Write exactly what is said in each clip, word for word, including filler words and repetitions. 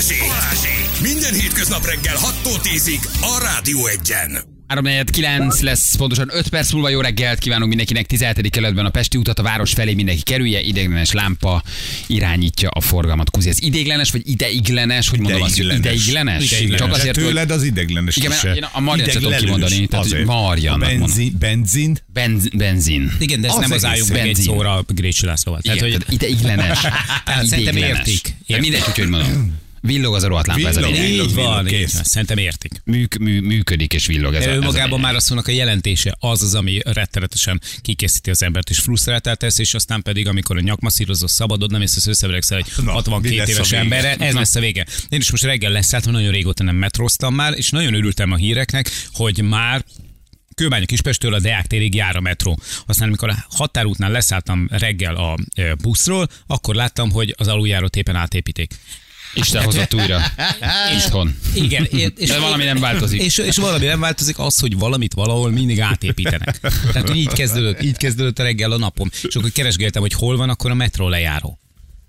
Balázsék! Minden hétköznap reggel hattól tízig a Rádió Egyen. három negyven kilenc lesz, pontosan öt perc múlva. Jó reggelt kívánunk mindenkinek. tizenhetedik kerületben a Pesti utat a város felé mindenki kerülje. Ideiglenes lámpa irányítja a forgalmat. Kuzi, ez ideiglenes vagy ideiglenes? Hogy mondom azt, hogy ideiglenes? ideiglenes. Csak azért, tőled az ideiglenes igen, is. Én a Marian sem tudom kimondani. Tehát Marian. Benzin. Benzin. Benz, benzin. Igen, de ez Az nem az álljunk meg egy szóra Grécsi Lászlóval. Tehát, hogy ideiglenes. Szerintem értik. Mindegy, hogy mondom. Villog az a rohadt lámpa, ez a lényeg. Így van, kész. szerintem értik. Műk, mű, működik és villog ez a, Ő ez magában a már azt mondnak, a jelentése az az, ami rettenetesen kikészíti az embert és frusztráltá tesz, és aztán pedig, amikor a nyakmasszírozó szabadod, nem észre összeverekszel egy Na, hatvankét éves emberre, ez lesz a vége. Én is most reggel leszálltam, nagyon régóta nem metróztam már, és nagyon örültem a híreknek, hogy már Kőbánya Kispestől a Deák térig jár a metró. Aztán, amikor a határútnál leszálltam reggel a buszról, akkor láttam, hogy az aluljárót éppen átépítik. Isten hozott újra. Itthon. Igen. És, de valami nem változik. És, és valami nem változik az, hogy valamit valahol mindig átépítenek. Tehát, hogy így kezdődött, így kezdődött a reggel a napom. És akkor keresgéltem, hogy hol van akkor a metró lejáró.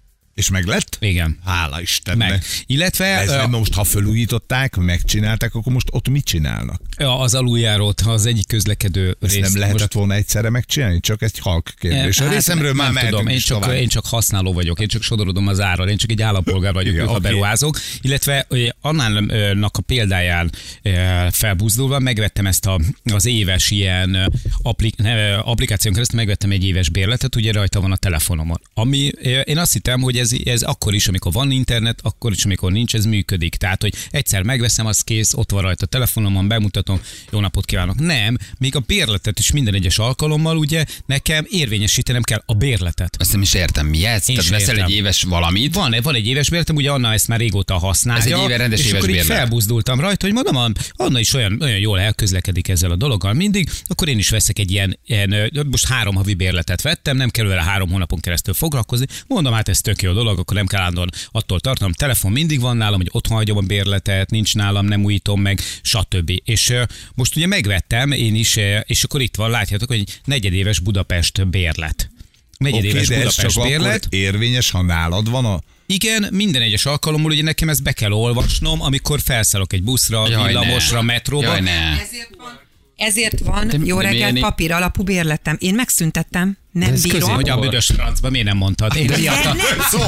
És meg lett? Igen. Hála Istennek. Meg. Illetve Ez nem, most ha felújították, megcsinálták, akkor most ott mit csinálnak? az aluljárót, az egyik közlekedő Ezt rész. nem lehetett most... volna egyszerre megcsinálni? Csak egy halk kérdés. Hát, A részemről már nem tudom, én csak, én csak használó vagyok, én csak sodorodom az árral, én csak egy állampolgár vagyok, igen, ők okay. a beruházók. Illetve annálnak a példáján felbuzdulva megvettem ezt a, az éves ilyen applik, ne, applikáción keresztül megvettem egy éves bérletet, ugye rajta van a telefonomon. Ami, én azt hittem, hogy ez, ez akkor is, amikor van internet, akkor is, amikor nincs, ez működik. Tehát, hogy egyszer megveszem, az kész, ott van rajta a telefonomon, bemutatom, jó napot kívánok. Nem, még a bérletet is minden egyes alkalommal, ugye nekem érvényesítenem kell a bérletet. Azt nem is értem, mi ez? Én Tehát veszel értem. egy éves valamit? Van, van egy éves bérletem, ugye Anna ezt már régóta használja. Ez egy éve rendes és éves akkor így bérlet. felbuzdultam rajta, hogy mondom, Anna is olyan, olyan jól elközlekedik ezzel a dologgal mindig, akkor én is veszek egy ilyen, ilyen most három havi bérletet vettem, nem kell vele három hónapon keresztül foglalkozni. Mondom, hát ez tök jó dolog, akkor nem kell állandóan attól tartanom. Telefon mindig van nálam, hogy otthon hagyom a bérletet, nincs nálam, nem újítom meg, stb. És most ugye megvettem én is, és akkor itt van, látjátok, hogy egy negyedéves Budapest bérlet. Negyedéves okay, Budapest bérlet. Érvényes, ha nálad van a... Igen, minden egyes alkalommal ugye nekem ezt be kell olvasnom, amikor felszállok egy buszra, Jaj, villamosra, ne. metróba. Jaj, ne. Ezért van, ezért van de, jó de reggel milyen... papír alapú bérletem. Én megszüntettem, nem bírom. Közé, hogy a büdös francba miért nem mondtad? Én miattad,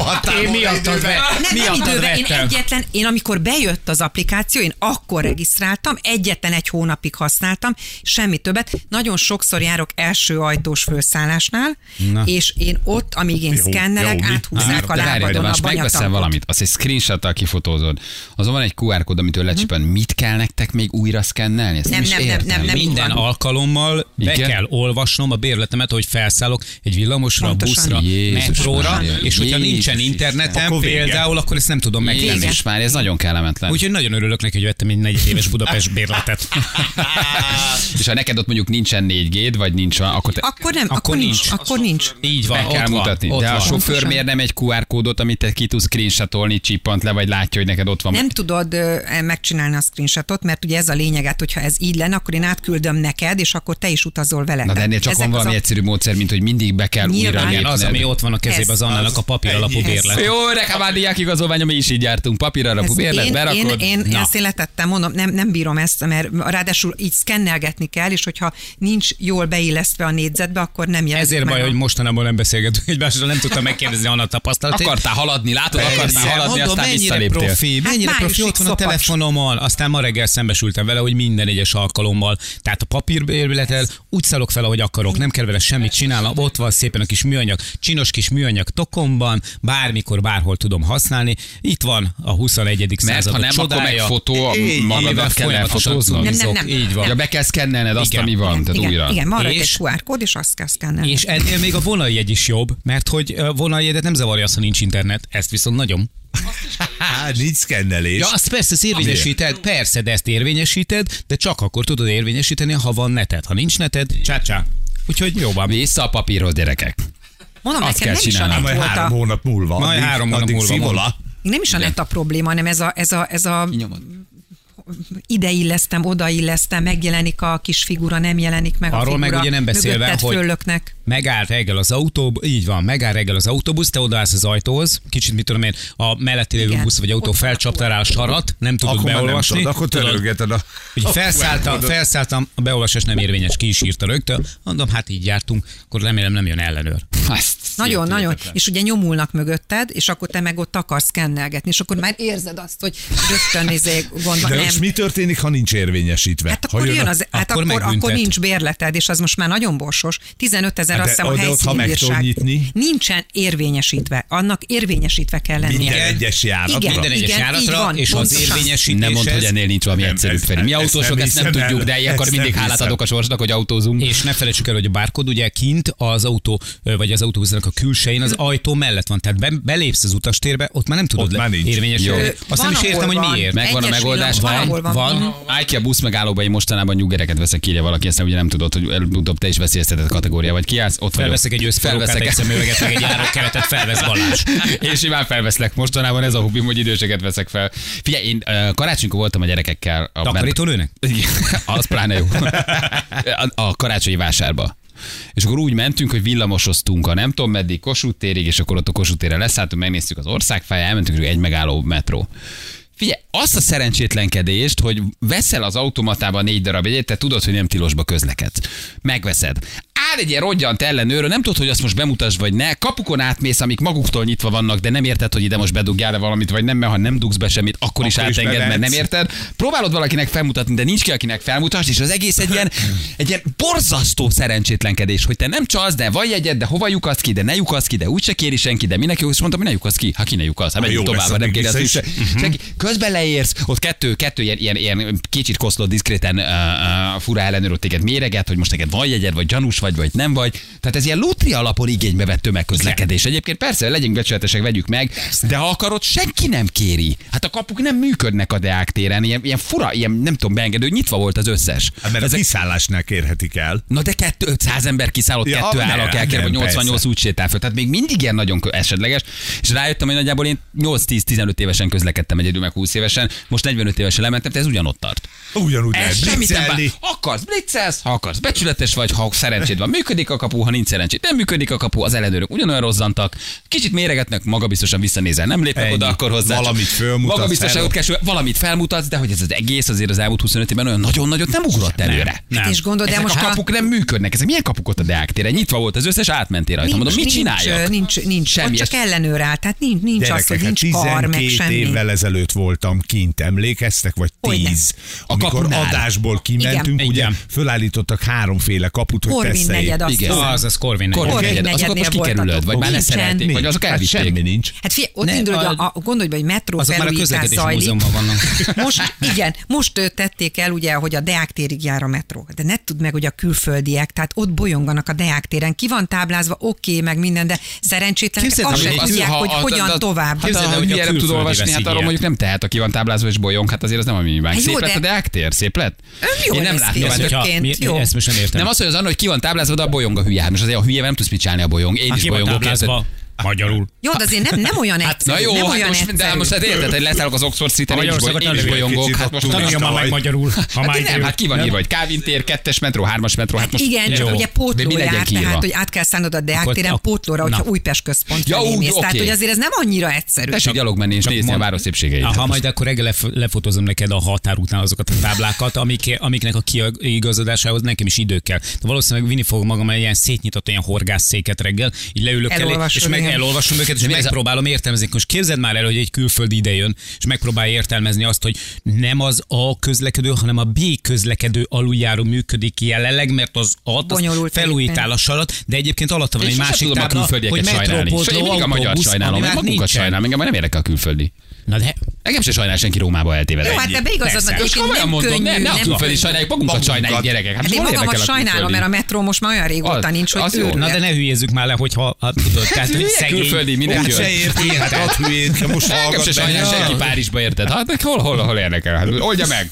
én miattad, ve, nem, nem miattad időben, én vettem. egyetlen, én amikor bejött az applikáció, én akkor regisztráltam, egyetlen egy hónapig használtam, semmi többet. Nagyon sokszor járok első ajtós felszállásnál, Na. és én ott, amíg én szkennelek, áthúzzák a lábadon a megveszel banyatankot. valamit, azt egy screenshottal kifotózod, azon van egy kú ár kód, amitől lecsipan. Hmm. Mit kell nektek még újra szkennelni? Ezt Nem, is nem, nem, nem, nem. Minden alkalommal be Igen? kell olvasnom a bérletemet, hogy felszállok egy villamosra, Pontosan. buszra, Jézus metróra, Mária. és hogyha Jézus nincsen Isten. internetem Akkor vége. például, akkor ezt nem tudom megtenni. Jézus már, ez nagyon kellemetlen. Úgyhogy nagyon örülök neki, hogy vettem egy negyedéves Budapest bérletet. És ha neked ott mondjuk nincsen négy G-d, vagy nincs van, akkor te Akkor nem, Akkor akkor nincs, nincs. akkor nincs. Így van, be kell ott van, mutatni. ott De a van. sofőr Pontosan. miért nem egy kú ár kódot, amit te ki tudsz screenshotolni, csippant le, vagy látja, hogy neked ott van. Nem tudod ö, megcsinálni a screenshotot, mert ugye ez a lényeget, hogyha ez így lenne, akkor én átküldöm neked, és akkor te is utazol vele. Na de ennél csak Ezek van az valami a... egyszerű módszer, mint hogy mindig be kell Nyilván. újra Igen, lépned. az, ami ott van a kezében, az Ez- Annának a papír alapú Ez- bérlet. Jó, rekabádiák igazolványa, mi is így jártunk. Papír alapú Ez bérlet, én, berakod. én, én, én Na. ezt én letettem, mondom, nem, nem bírom ezt, mert ráadásul így szkennelgetni kell, és hogyha nincs jól beillesztve a négyzetbe, akkor nem jelezik Ezért meg baj, a... hogy mostanában nem beszélgetünk egymásról, nem tudtam megkérdezni Anna tapasztalatát. Akartál haladni, látod, akartál Persze, haladni, mondom, aztán mennyire visszaléptél. profi, Hát mennyire profi, májusig ott van a szopacs. telefonomon, aztán ma reggel szembesültem vele, hogy minden egyes alkalommal, tehát a papírbérletel úgy szállok fel, ahogy akarok, nem kell vele semmit csinálnom, ott van szépen a kis műanyag, csinos kis műanyag tokomban, bármikor, bárhol tudom használni. Itt van a huszonegyedik Mert század ha nem, akkor meg csodája. fotó, Amivel magadat kell folyamatosan elfotóznod. Nem, nem, zoomizok. nem. Így van. Ja, be kell szkennelned azt, Igen. ami van, tehát igen, újra. igen, van rajta És- egy kú ár kód, és azt kell szkennelni. És ennél még a vonaljegy is jobb, mert hogy ö, vonaljegyet nem zavarja az, ha nincs internet, ezt viszont nagyon. Há, nincs szkennelés. Ja, azt persze ezt érvényesíted, persze, de ezt érvényesíted, de csak akkor tudod érvényesíteni, ha van neted. Ha nincs neted, csá-csá. Úgyhogy jó van. Vissza a papírhoz, gyerekek. Mondom, azt nekem kell nem is a csinálnom. net Majd volt három a, hónap múlva. Majd addig- három hónap addig múlva szivola. nem is a net a probléma, hanem ez a, ez a, ez a Kinyomod. ideillesztem, odaillesztem, megjelenik a kis figura, nem jelenik meg arról a figura. meg ugye nem beszélve, mögötted hogy föllöknek. megáll reggel az autóbusz, így van, megáll reggel az autóbusz, te odaállsz az ajtóhoz, kicsit mit tudom én, a mellett lévő Igen. busz vagy autó Ott felcsapta rá a sarat, nem tudod Akkor már nem beolvasni. tudod, akkor törölgeted a... Ugye felszálltam, felszálltam, a beolvasás nem érvényes, ki is írta rögtön. Mondom, hát így jártunk, akkor remélem nem jön ellenőr. Nagyon, nagyon. És ugye nyomulnak mögötted, és akkor te meg ott akarsz szkennelgetni, és akkor már érzed azt, hogy rögtön izé gond van. De Nem. most mi történik, ha nincs érvényesítve? Hát Ha akkor jön jön a- az, hát akkor akkor, akkor megbüntet. nincs bérleted, és az most már nagyon borsos. tizenötezer Hát azt de- hiszem a de ott, ha helyszíni meg tudod bírság. nyitni? Nincsen érvényesítve. Annak érvényesítve kell lennie. Minden egyes járatra? Igen, Minden egyes igen, így járatra, van, és az pontosan. érvényesítéshez... Nem mondd, hogy ennél nincs valami Nem, egyszerűbb, ezt- Feri. Mi ezt autósok nem ezt nem hiszem tudjuk, el. de ilyenkor Ezt mindig nem hálát hiszem. adok a sorsnak, hogy autózunk. És ne felejtsük el, hogy a bárkod ugye kint az autó, vagy az autóbusznak a külsején az ajtó mellett van. Tehát be, belépsz az utastérbe, ott már nem tudod Ott le- már nincs. érvényesíteni. Jó. Azt nem is Van, értem, ahol hogy van. miért. Megvan a Egyes megoldás, villam- van. ahol van. Van. Állj ki a buszmegállóba, én mostanában nyuggereket veszek, írja valaki, aztán ugye nem tudod, hogy előbb te is veszélyeztetett kategória, vagy kiállsz, ott vagyok. Felveszek egy összparókát, egy szemüveget, meg egy járókeretet, felvesz Balázs. Én simán felveszlek. Mostanában ez a hobbim, hogy időseket veszek fel. Figyelj, én uh, karácsonykor voltam a gyerekekkel. A Takarítónőnek? Igen, az pláne jó. A, a karácsonyi vásárba. És akkor úgy mentünk, hogy villamosoztunk a nem tudom meddig Kossuth térig, és akkor ott a Kossuth térre leszálltunk, megnéztük az országfáját, elmentünk, és egy megálló metró. Figyelj, azt a szerencsétlenkedést, hogy veszel az automatában négy darab jegyet, te tudod, hogy nem tilosba közlekedsz. Megveszed. Áll egy ilyen rodgyant ellenőrő, nem tudod, hogy azt most bemutasd vagy ne. Kapukon átmész, amik maguktól nyitva vannak, de nem érted, hogy ide most bedugjál valamit, vagy nem, mert ha nem dugsz be semmit, akkor, akkor is Akkor is átenged, mert nem bevetsz. érted. Próbálod valakinek felmutatni, de nincs ki, akinek felmutasd, és az egész egy ilyen, egy ilyen borzasztó szerencsétlenkedés, hogy te nem csalsz, de van jegyed, de hova lyukadsz ki, de ne lyukadsz ki, de úgyse kéri senki, de minek jó, és mondtam, hogy ne lyukadsz ki, ha ki ne lyukadsz, hát menjünk jó tovább, lesz, nem addig kéri azt vissza úgyse. Senki. Közben leérsz, ott kettő, kettő ilyen, ilyen, ilyen kicsit koszlott, diszkréten uh, uh, fura ellenőr ott téged méreget, hogy most neked van jegyed, vagy gyanús vagy, vagy nem vagy. Tehát ez ilyen lutri alapon igénybe vett tömegközlekedés. Egyébként persze, legyünk becsületesek, vegyük meg, de ha akarod, senki nem kéri. Hát a kapuk nem működnek a Deák téren, ilyen, ilyen fura, ilyen nem tudom, beengedő, nyitva volt az összes. Hát mert a kiszállásnál kérhetik el. Na de kettő, ötszáz ember kiszállott, Ja, kettő áll a nem, kelkér, vagy nem, nyolcvannyolc persze. úgy sétál föl. Tehát még mindig ilyen nagyon kö- esetleges. És rájöttem, hogy nagyjából én nyolc-tíz-tizenöt évesen közlekedtem egyedül, meg húsz évesen, most negyvenöt évesen lementem, de ez ugyanott tart. Ugyanúgy Ez lehet semmit nem bár. blitzelni. Ha akarsz, blitzelsz, ha akarsz, becsületes vagy, ha szerencséd van, működik a kapu, ha nincs szerencséd, nem működik a kapu, az ellenőrök ugyanolyan rozzantak, kicsit méregetnek, magabiztosan visszanézel, nem lépnek Ennyi. oda, akkor hozzá. csak Valamit fölmutatsz, magabiztosságot kell, valamit felmutatsz, de hogy ez az egész azért az elmúlt huszonöt évben olyan nagyon-nagyot nem ugrott előre. Nem. És gondolod, de Ezek most a kapuk nem működnek. Ezek milyen kapuk ott a Deák téren? Nyitva volt az összes, átmentél rajta. Mondom, mit csináljak? Nincs, nincs, nincs. Semmi. Ott csak ellenőr áll, tehát nincs, nincs az, hogy Gyerekek, hát nincs kar, meg tizenkét semmi. évvel ezelőtt voltam kint, emlékeztek? Vagy Hogyne. tíz. A Amikor kapunál. adásból kimentünk, Igen. ugye Igen. fölállítottak háromféle kaput, hogy Korvin teszteljék. negyed, azt Igen. hiszem. Az, az Korvin. Korvin Korvin negyed. Azokat most negyednél kikerülöd, vagy már voltatok. leszerelték, Nincsen. vagy azok Hát elvitték. semmi nincs. Hát figyelj, ott Ne, indul, hogy a- a, a, gondolj, hogy metró Azok már a felújítás közlekedési zajlik. múzeumban vannak. Most, igen, most ö, tették el ugye, hogy a Deák térig jár a metró. De ne tudd meg, hogy a külföldiek, tehát ott bolyonganak a Deák téren. Ki van táblázva, oké, okay, meg minden, de szerencsétlenek Képzeld, azt hogy sem egy- tudják, ha- hogy ha- hogyan de- tovább. Hát Képzeld el, ha hogy a hülye nem tud külföldi olvasni, veszi hát arról ilyet. mondjuk nem tehet, aki van táblázva és bolyong, hát azért az nem a mi mibánk. Jó, Szép lett de- a Deák tér, szép lett? Jó Én nem néz ki láttam. ez hát- hogyha- egyébként, mi- jó. Ezt most nem értem. Nem az, hogy az annak, hogy ki van táblázva, de a bolyong a hülye. Hát most azért a hülyével nem tudsz mit csinálni a bolyong. Én is Aki van bolyongok. érted? táblázva magyarul. Jó, de azért nem, nem olyan Hát, egyszerű. na jó, nem hát olyan most, de egyszerű. most hát érted, hogy leszállok az Oxford Street-en, én is, Magyarországot boly- én is nem bolyongok. kicsit Hát most ott Tanulja már meg magyarul. Ha Hát már én nem, idő. hát ki van írva, hogy Kávin tér, kettes metró, hármas metró, hát most Igen, jó. csak ugye De pótló mi legyen jár, kiírva? tehát hogy át kell szállnod a Deák Akkor- téren ak- pótlóra, hogyha na. Újpest központ Ja, felé úgy, mész. Tehát, oké. hogy azért ez nem annyira egyszerű. Tessék gyalog menni és Csak nézni a mond- város szépségeit. Ha Hát majd akkor reggel lef- lefotózom neked a határútnál azokat a táblákat, amik, amiknek a kiigazodásához nekem is idő kell. De valószínűleg vinni fogom magam egy ilyen szétnyitott olyan horgászszéket reggel, így leülök elé, Elolvasod, és meg igen. elolvasom őket, és mi ez a- megpróbálom értelmezni. Most képzeld már el, hogy egy külföldi idejön, és megpróbálja értelmezni azt, hogy nem az A közlekedő, hanem a B közlekedő aluljáró működik jelenleg, mert az A az Bonyolult felújítás alatt, de egyébként alatta van Én egy sosem másik tudom a tábla, hogy külföldieket sajnálni. metrópótló Én mindig a magyar autóbusz, sajnálom, ami mert már magunkat nincsen. sajnálom, engem már nem érdekel a külföldi. Na de Engem se sajnál senki Rómába eltévedve. Jó, hát de beigazadnak, Persze. Most egyébként komolyan nem mondom, könnyű. ne, ne a nem külföldi könnyű. sajnáljuk, magunkat Magunkat. sajnáljuk gyerekek. Hát Hát én hol magamat érdekel a sajnálom, külföldi? mert a metró most már olyan régóta Az- nincs, hogy az jó. őrület. Na de ne hülyézzük már le, hogyha hát, tudod, tehát, hogy hülye szegény. külföldi, minek Hát jön? se érti, hát ad hülyét, most Engem hallgat se sajnál benne. senki Párizsba, érted? Hát hol, hol, hol érdekel? Hát oldja meg.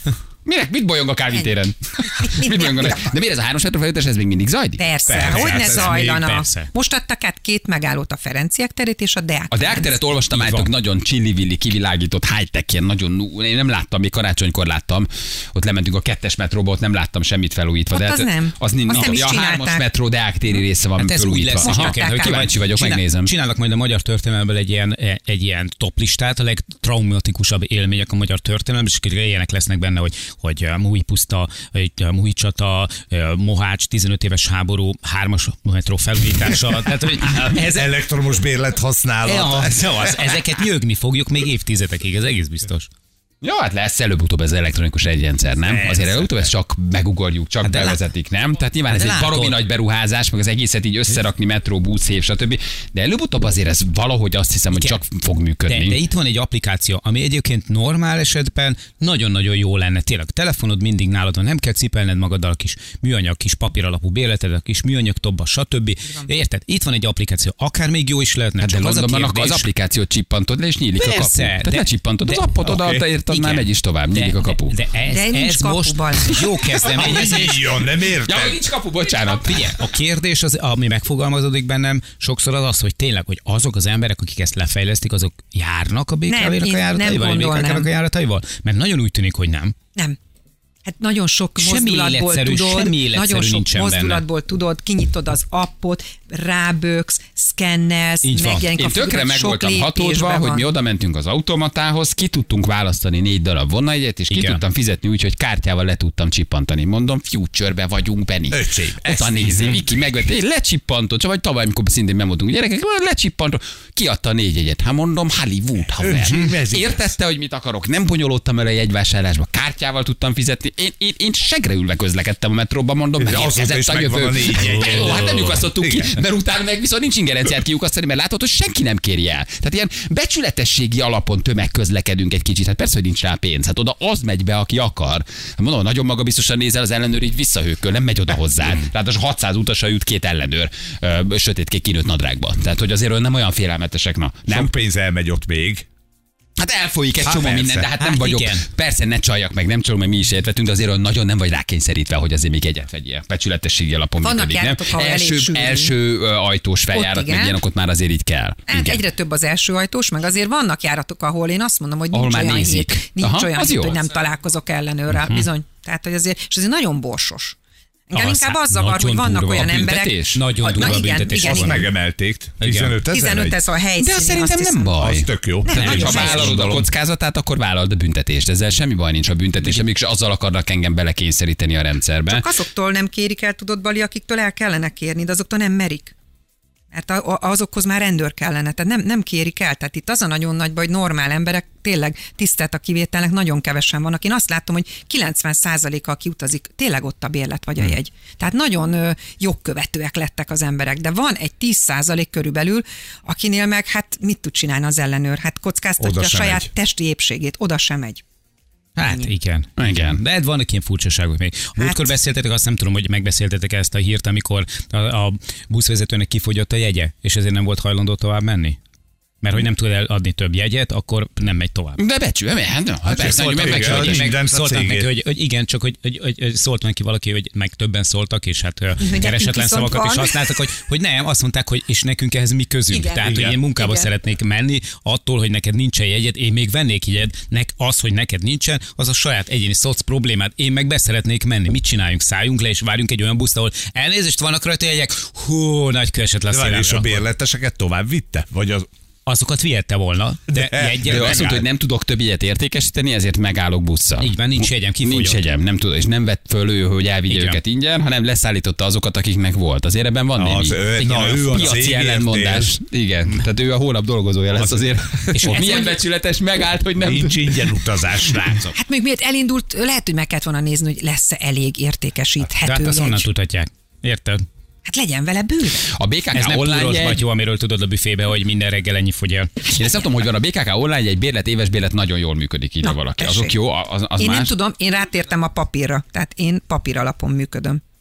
Minek? Mit bolyong a kávétéren? Mit bolyong a... De miért ez a hármas metró felújítás, ez még mindig zajlik? Persze, Persze, hogy hát ne ez zajlana. még persze. Most adtak át két megállót, a Ferenciek terét és a Deák. A Deák teret olvastam állítok, nagyon csillivilli, kivilágított, high-tech, ilyen nagyon, én nem láttam, még karácsonykor láttam, ott lementünk a kettes metróba, ott nem láttam semmit felújítva. Ott de az nem. Az, nincs, Azt nem is a hármas csinálták. metró Deák téri része van Hát ez úgy felújítva. lesz, Aha, most adták kíváncsi át. vagyok, Csinál- megnézem. Csinálnak majd a magyar történelemben egy ilyen, egy ilyen top listát, a legtraumatikusabb élmények a magyar történelemben, és ilyenek lesznek benne, hogy, hogy Muhi puszta, Muhi csata, Mohács, tizenöt éves háború, hármas metró felújítása. Tehát, hogy ez, Elektromos bérlet használat. ja, szóval ezeket nyögni fogjuk még évtizedekig, ez egész biztos. Jó, hát lesz előbb-utóbb ez elektronikus egyrendszer, nem? Persze, Azért előbb-utóbb ezt csak megugorjuk, csak Hát de bevezetik, nem? Tehát nyilván ez de egy látod. baromi nagy beruházás, meg az egészet így összerakni, metró, busz, hív, stb. De előbb-utóbb azért ez valahogy azt hiszem, hogy Igen. csak fog működni. De, de itt van egy applikáció, ami egyébként normál esetben nagyon-nagyon jó lenne. Tényleg, a telefonod mindig nálad van, nem kell cipelned magaddal a kis műanyag, kis papíralapú bérleted, a kis műanyag tobba, stb. Érted? Itt van egy applikáció, akár még jó is lehetne. Hát de csak az a Londonban kérdés, az applikációt csippantod le, és nyílik Persze, a kapu. Tehát de- lecsipantod az de- appot, oda oké. érted, már Igen. megy is tovább, nyílik a kapu. De, de ez, De nincs ez most kapuban. jó kezdeményezés. Jó, nem Ja, értem. hogy nincs kapu, bocsánat. Figyelj, a kérdés, az, ami megfogalmazódik bennem, sokszor az az, hogy tényleg, hogy azok az emberek, akik ezt lefejlesztik, azok járnak a bé ká vé-nak én a járataival, nem a bé ká ká-nak a gondolnám. járataival? Mert nagyon úgy tűnik, hogy nem. Nem. Hát nagyon sok Semmi mozdulatból életszerű- tudod, semmi életszerű nagyon sok nincsen benne. mozdulatból tudod, kinyitod az appot, ráböksz, szkennelsz, Így van. megjelenik Én a tökre figurat, meg sok voltam lépésben hatódva, hogy van. mi oda mentünk az automatához, ki tudtunk választani négy darab vonaljegyet, és ki Igen. tudtam fizetni úgy, hogy kártyával le tudtam csippantani. Mondom, future-be vagyunk, Benni. Öcsém, Ott ezt a nézé, Viki megvette, én lecsippantott, csak vagy tavaly, amikor szintén bemondtunk gyerekek, lecsippantott, kiadta a négy jegyet. Hát mondom, Hollywood, haver. Öcsém, ez igaz. Értette, hogy mit akarok, nem bonyolódtam el a jegyvásárlásba, kártyával tudtam fizetni. Én, én, én segre ülve közlekedtem a metróban, mondom, De azóta megérkezett is a megvan jövő. a négy jegyed. Ó, hát nem lyukasztottuk ki, Igen. mert utána meg viszont nincs ingerenciát kiukasztani, mert látod, hogy senki nem kéri el. Tehát ilyen becsületességi alapon tömegközlekedünk egy kicsit. Hát persze, hogy nincs rá pénz. Hát oda az megy be, aki akar. Hát mondom, nagyon magabiztosan nézel, az ellenőr így visszahőköl, nem megy oda hozzá. Tehát az hatszáz utasra jut két ellenőr ö, sötétkék kinőtt nadrágba. Tehát, hogy azért nem olyan félelmetesek, na. Nem? Sok pénz elmegy ott még. Hát elfolyik egy Hát csomó persze. minden, de hát nem Hát vagyok. igen. Persze, ne csaljak meg, nem csalom, meg mi is értvetünk, de azért olyan nagyon nem vagy rákényszerítve, hogy azért még egyet vegyél. Becsületességi alapon Vannak működik, nem? járatok, ahol elég Első, sűrű. első ö, ajtós feljárat, meg igen. ilyenek ott már azért így kell. Hát Igen. egyre több az első ajtós, meg azért vannak járatok, ahol én azt mondom, hogy Ahol nincs már olyan nézik. hét, nincs Aha, olyan az hét, jó. hogy nem találkozok ellenőrrel, uh-huh. bizony. Tehát, hogy azért, és azért nagyon borsos. Engem Az inkább hát az zavar, nagyon hogy vannak durva. olyan A emberek. büntetés? Nagyon Na durva igen, büntetés igen, van. Azt igen. megemelték. tizenöt ezer. tizenöt ez a helyszín. De azt szerintem nem baj. Az tök jó. Nem, Tehát, nagyon ha helyes. vállalod a kockázatát, akkor vállalod a büntetést. Ezzel semmi baj nincs a büntetésre, mégis azzal akarnak engem belekényszeríteni a rendszerbe. Csak azoktól nem kérik el, tudod, Bali, akiktől el kellene kérni, de azoktól nem merik. Mert a- a- azokhoz már rendőr kellene, tehát nem, nem kérik el. Tehát itt az a nagyon nagy baj, hogy normál emberek, tényleg tisztelt a kivételnek, nagyon kevesen vannak. Én azt látom, hogy kilencven százaléka, aki utazik, tényleg ott a bérlet vagy a jegy. Tehát nagyon ö, jogkövetőek lettek az emberek, de van egy tíz százalék körülbelül, akinél meg hát mit tud csinálni az ellenőr? Hát kockáztatja Oda a sem saját megy. testi épségét, oda sem megy. Hát igen. Igen. De vannak ilyen furcsaságok még. Múltkor Hát- beszéltetek, azt nem tudom, hogy megbeszéltetek ezt a hírt, amikor a, a buszvezetőnek kifogyott a jegye, és ezért nem volt hajlandó tovább menni? Mert hogy nem tud eladni több jegyet, akkor nem megy tovább. De becsül, hát, no, hát persze, szóltak meg, meg, igen, meg, hogy meg, mindent a szóltak neki, cégét. hogy, hogy igen, csak hogy, hogy, hogy, hogy szólt neki valaki, hogy meg többen szóltak, és hát ö, nekünk keresetlen viszont szavakat is van. használtak, hogy, hogy nem, azt mondták, hogy és nekünk ehhez mi közünk. Igen. Tehát, Igen. hogy én munkába Igen. szeretnék menni, attól, hogy neked nincsen jegyed, én még vennék jegyed, nek az, hogy neked nincsen, az a saját egyéni szoc problémát. Én meg beszeretnék menni. Mit csináljunk? Szálljunk le, és várjunk egy olyan buszt, ahol elnézést, vannak rajta jegyek. Hú, nagy kőeset lesz. De várj, és a szélelmre. bérleteseket tovább vitte? Vagy az... Azokat vihette volna, de, De- de jegyel ő azt megáll. mondta, hogy nem tudok több ilyet értékesíteni, ezért megállok busszal. Így van, nincs jegyem, kifogyott. Nincs jegyem, nem tud, és nem vett föl ő, hogy elvigye Igen. őket ingyen, hanem leszállította azokat, akiknek volt. Azért ebben van némi Az, ő- na, olyan ő a piaci cégért ellentmondás. Igen, tehát ő a hónap dolgozója lesz azért. És Ez milyen mondjuk- becsületes megállt, hogy nem Nincs ingyen utazás, srácok. Hát még miért elindult, lehet, hogy meg kellett volna nézni, hogy lesz-e elég De értékesíthető hát azt onnan jegy. tudhatják. Érted? Hát legyen vele bőven. A bé ká ká Ez nem online túros jegy, batyó, amiről tudod a büfébe, hogy minden reggel ennyi fogy el. én ezt nem tudom, hogy van a bé ká ká online egy bérlet, éves bérlet nagyon jól működik így Na, valaki. tessék. Azok jó, az, az Én más. nem tudom, én rátértem a papírra, tehát én papír alapon működöm.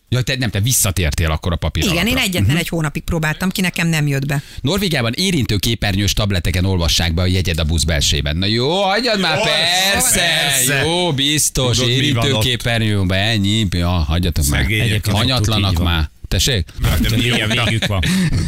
Ja, te nem, te visszatértél akkor a papír Igen, alapra. én egyetlen uh-huh. egy hónapig próbáltam ki, nekem nem jött be. Norvégiában érintő képernyős tableteken olvassák be a jegyed a busz belsejében. Na jó, hagyjad már, persze, persze. jó, biztos, Tudod, mi érintő van ott? képernyőben, ennyi, ja, hagyjatok már. Szegények, Egyébként azok hanyatlanak így van. már. Tessék? Ilyen végük van.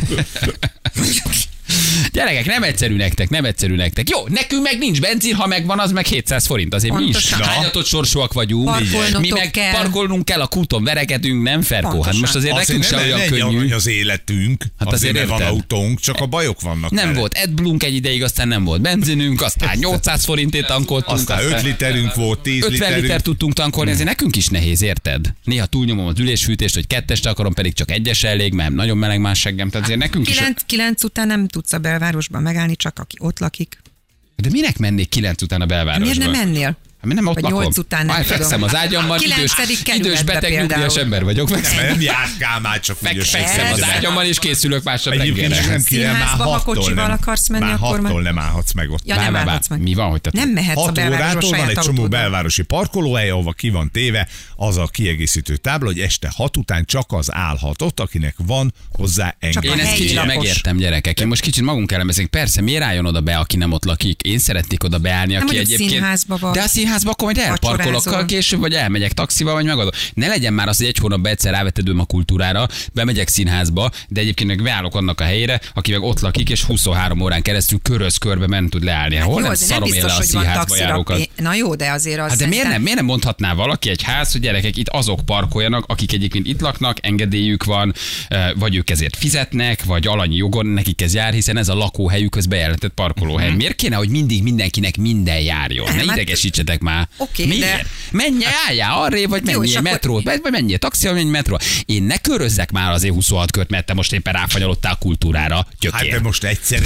Gyerekek, nem egyszerű nektek, nem egyszerű nektek. Jó, nekünk meg nincs benzin, ha megvan, az meg hétszáz forint. Azért Pontosan. mi is hányatott sorsúak vagyunk. Parkolnotok Mi meg kell. parkolnunk kell, a kúton verekedünk, nem Ferkó. Hát Pontosan. most azért nekünk sem nem olyan megy könnyű. az életünk, Hát hát azért azért, azért van érted. autónk, csak a bajok vannak Nem vele. volt AdBlue-nk egy ideig, aztán nem volt benzinünk, aztán nyolcszáz forintért tankoltunk. Aztán öt literünk volt, tíz ötven literünk. liter tudtunk tankolni, ezért nekünk is nehéz, érted? Néha túlnyomom az ülésfűtést, hogy kettest akarom, pedig csak egyes elég, mert nagyon meleg más seggem. Tehát azért nekünk is. Kilenc, kilenc után nem tudsz a belvárosban megállni, csak aki ott lakik. De minek mennék kilenc után a belvárosba? Miért nem mennél? Hát nem ott Vagy lakom. nyolc után nem Már tudom. fekszem az ágyamban, idős, Kilencedik idős kerületbe beteg nyugdíjas például. ember vagyok. Nem, Fekszem, nem járkál már csak fek, úgy fekszem az Persze. ágyamban, és készülök másnap Egyébként reggelre. nem kéne, már Színházba, ha hattól kocsival nem. akarsz menni, már akkor hattól már- nem állhatsz meg ott. Ja, Várj, nem várj, állhatsz meg. mi van, hogy te... Nem mehetsz a hat belvárosba órától van saját egy csomó autóddal. belvárosi parkolóhely, ahova ki van téve az a kiegészítő tábla, hogy este hat után csak az állhat ott, akinek van hozzá a Én engedély. ezt helyi kicsit lakos. megértem, gyerekek. Én most kicsit magunk elemezünk. Persze, miért álljon oda be, aki nem ott lakik? Én szeretnék oda beállni, aki mondjuk egyébként... színházba vagy. De a színházba akkor majd elparkolok Vacsorázol. később, vagy elmegyek taxival, vagy megadom. Ne legyen már az, hogy egy hónapban egyszer rávetedőm a kultúrára, bemegyek színházba, de egyébként meg beállok annak a helyére, aki meg ott lakik, és huszonhárom órán keresztül köröz körbe ment tud leállni. Hát Hol jó, nem azért nem szarom én le biztos, a hogy van színházba taxira járókat. pé- Na jó, de azért az Hát de miért szerintem- nem, miért nem mondhatná valaki egy ház, hogy gyerekek, itt azok parkoljanak, akik egyébként itt laknak, engedélyük van, eh, vagy ők ezért fizetnek, vagy alanyi jogon nekik ez jár, hiszen ez a lakóhelyükhöz bejelentett parkolóhely. Miért kéne, hogy mindig mindenkinek minden járjon? Ne Nem, hát- idegesítsetek már. Oké, Miért? de- Menj, álljál arrébb, vagy Jó, és menjél akkor- metrót, vagy vagy menjél taxi, vagy menjél metrót. Én ne körözzek már azért huszonhat kört, mert te most éppen ráfanyalodtál a kultúrára. Gyökér. Hát de most egyszer.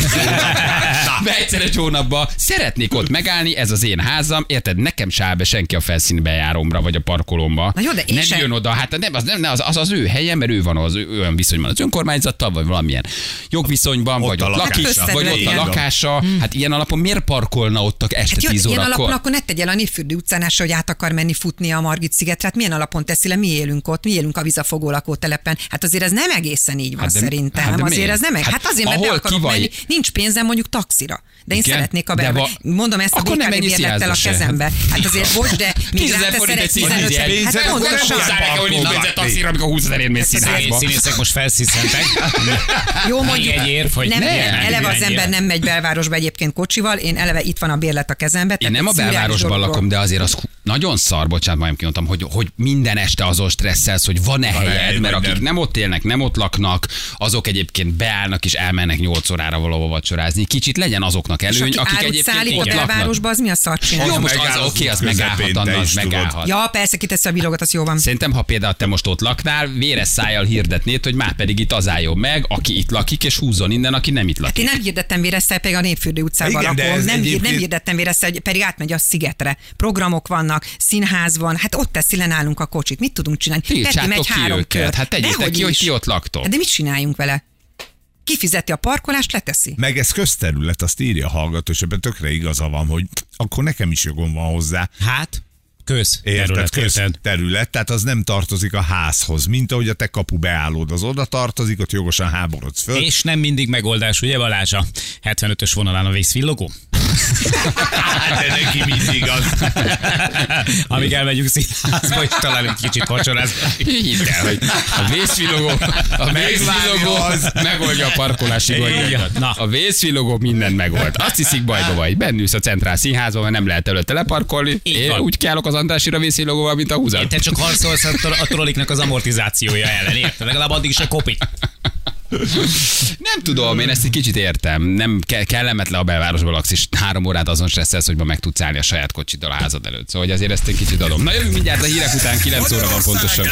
Be egyszer egy hónapban szeretnék ott megállni, ez az én házam, érted? Nekem se áll be senki a felszínbe járomra, vagy a parkolomba. Na jó, de én nem sem- jön oda, hát nem, az, nem, az, az az ő helye, mert ő van az ő, olyan viszonyban az önkormányzattal, vagy valamilyen jogviszonyban, Ott vagy a ott lakik, lakása. vagy ott a Igen. lakása. Hát ilyen alapon miért parkolna ott este Hát jó, tíz ilyen alapon órakor? akkor ne tegyél a Névfürdő utcánás, hogy át akar menni futni a Margit szigetre. Hát milyen alapon teszi le? Mi élünk ott, mi élünk a vizafogó lakótelepen. Hát azért ez nem egészen így van Hát de- szerintem. hát de azért miért? ez nem. Hát Hát, azért, mert be ahol akarok ki vagy- menni, nincs pénzem mondjuk taxira. De én Igen? szeretnék a De belve. va- Mondom ezt a Akkor nem bé ká dé menj bérlettel a színházba se. kezembe. Hát azért bocs, de még tízezer ráteszel forint egy egy színházi tizenöt. jegy. Hát Pénzed, akkor nem pontosan. hozzá Hozzá nekem, hogy nincs parkolgatni. pénzed taxira, amikor húszezer ér mész színházba. Színészek most felsziszentek. Jó, Még mondjuk, egy érv, hogy nem, ne, nem, nem, eleve az menjél. ember nem megy belvárosba egyébként kocsival, én eleve itt van a bérlet a kezembe. Én tehát nem a egy szürreális belvárosban dologról. lakom, de azért az hú- nagyon szar, bocsánat, majdnem kimondtam, hogy, hogy minden este azon stresszelsz, hogy van-e Van-e helyed, hely, mert vagy akik nem. nem ott élnek, nem ott laknak, azok egyébként beállnak és elmennek nyolc órára valahova vacsorázni. Kicsit legyen azoknak És előny, aki akik árut egyébként szállít a ott laknak. belvárosba, az mi a szart csinál? Jó, Az most az megáll oké, az közepén, megállhat, te annak is az tudod. megállhat. Ja, persze, kiteszi a billogot, az jó van. Szerintem, ha például te most ott laknál, véres szájjal hirdetnéd, hogy már pedig itt az álljon meg, aki itt lakik, és húzzon innen, aki nem itt Hát lakik. én nem hirdettem Véresszel, pedig a Népfürdő utcában Igen, de lakom. ez Nem, hír, egyébként- nem hirdettem Véresszel, hogy pedig átmegy a szigetre. Programok vannak, színház van, hát ott teszi le nálunk a kocsit. Mit tudunk csinálni? Tiltsátok Peti megy ki három őket. kört. Hát tegyétek Dehogy ki, hogy is. ti ott laktok. Hát de mit csináljunk vele? Kifizeti a parkolást, leteszi. Meg ez közterület, azt írja a hallgató, és ebben tökre igaza van, hogy akkor nekem is jogom van hozzá. Hát, köz. Érted, terület, érted? közterület, tehát az nem tartozik a házhoz, mint ahogy a te kapu beállód az oda tartozik, ott jogosan háborodsz föl. És nem mindig megoldás, ugye Balázs? A hetvenötös vonalán a vészvillogó? De neki mindig az. Amíg elmegyünk színházba, és talán egy kicsit vacsorázni. Hidd el, hogy a vészvillogó, a vészvillogó az. megoldja a parkolási gondjaikat. Na. A vészvillogó mindent megold. Azt hiszik, bajba vagy. Bennülsz a Centrál Színházban, mert nem lehet előtte leparkolni. Így Én van. úgy kiállok az Andrásira vészvillogóval, mint a húzat. Te csak harcolsz a, tro- a trolliknak az amortizációja ellen, érted? Legalább addig se kopik. Nem tudom, én ezt egy kicsit értem. Nem ke- kellemetlen a belvárosban laksz, és három órát azon stresszelsz, hogy ma meg tudsz állni a saját kocsiddal a házad előtt. Szóval hogy azért ezt egy kicsit adom. Na jövünk mindjárt a hírek után, kilenc óra van pontosan.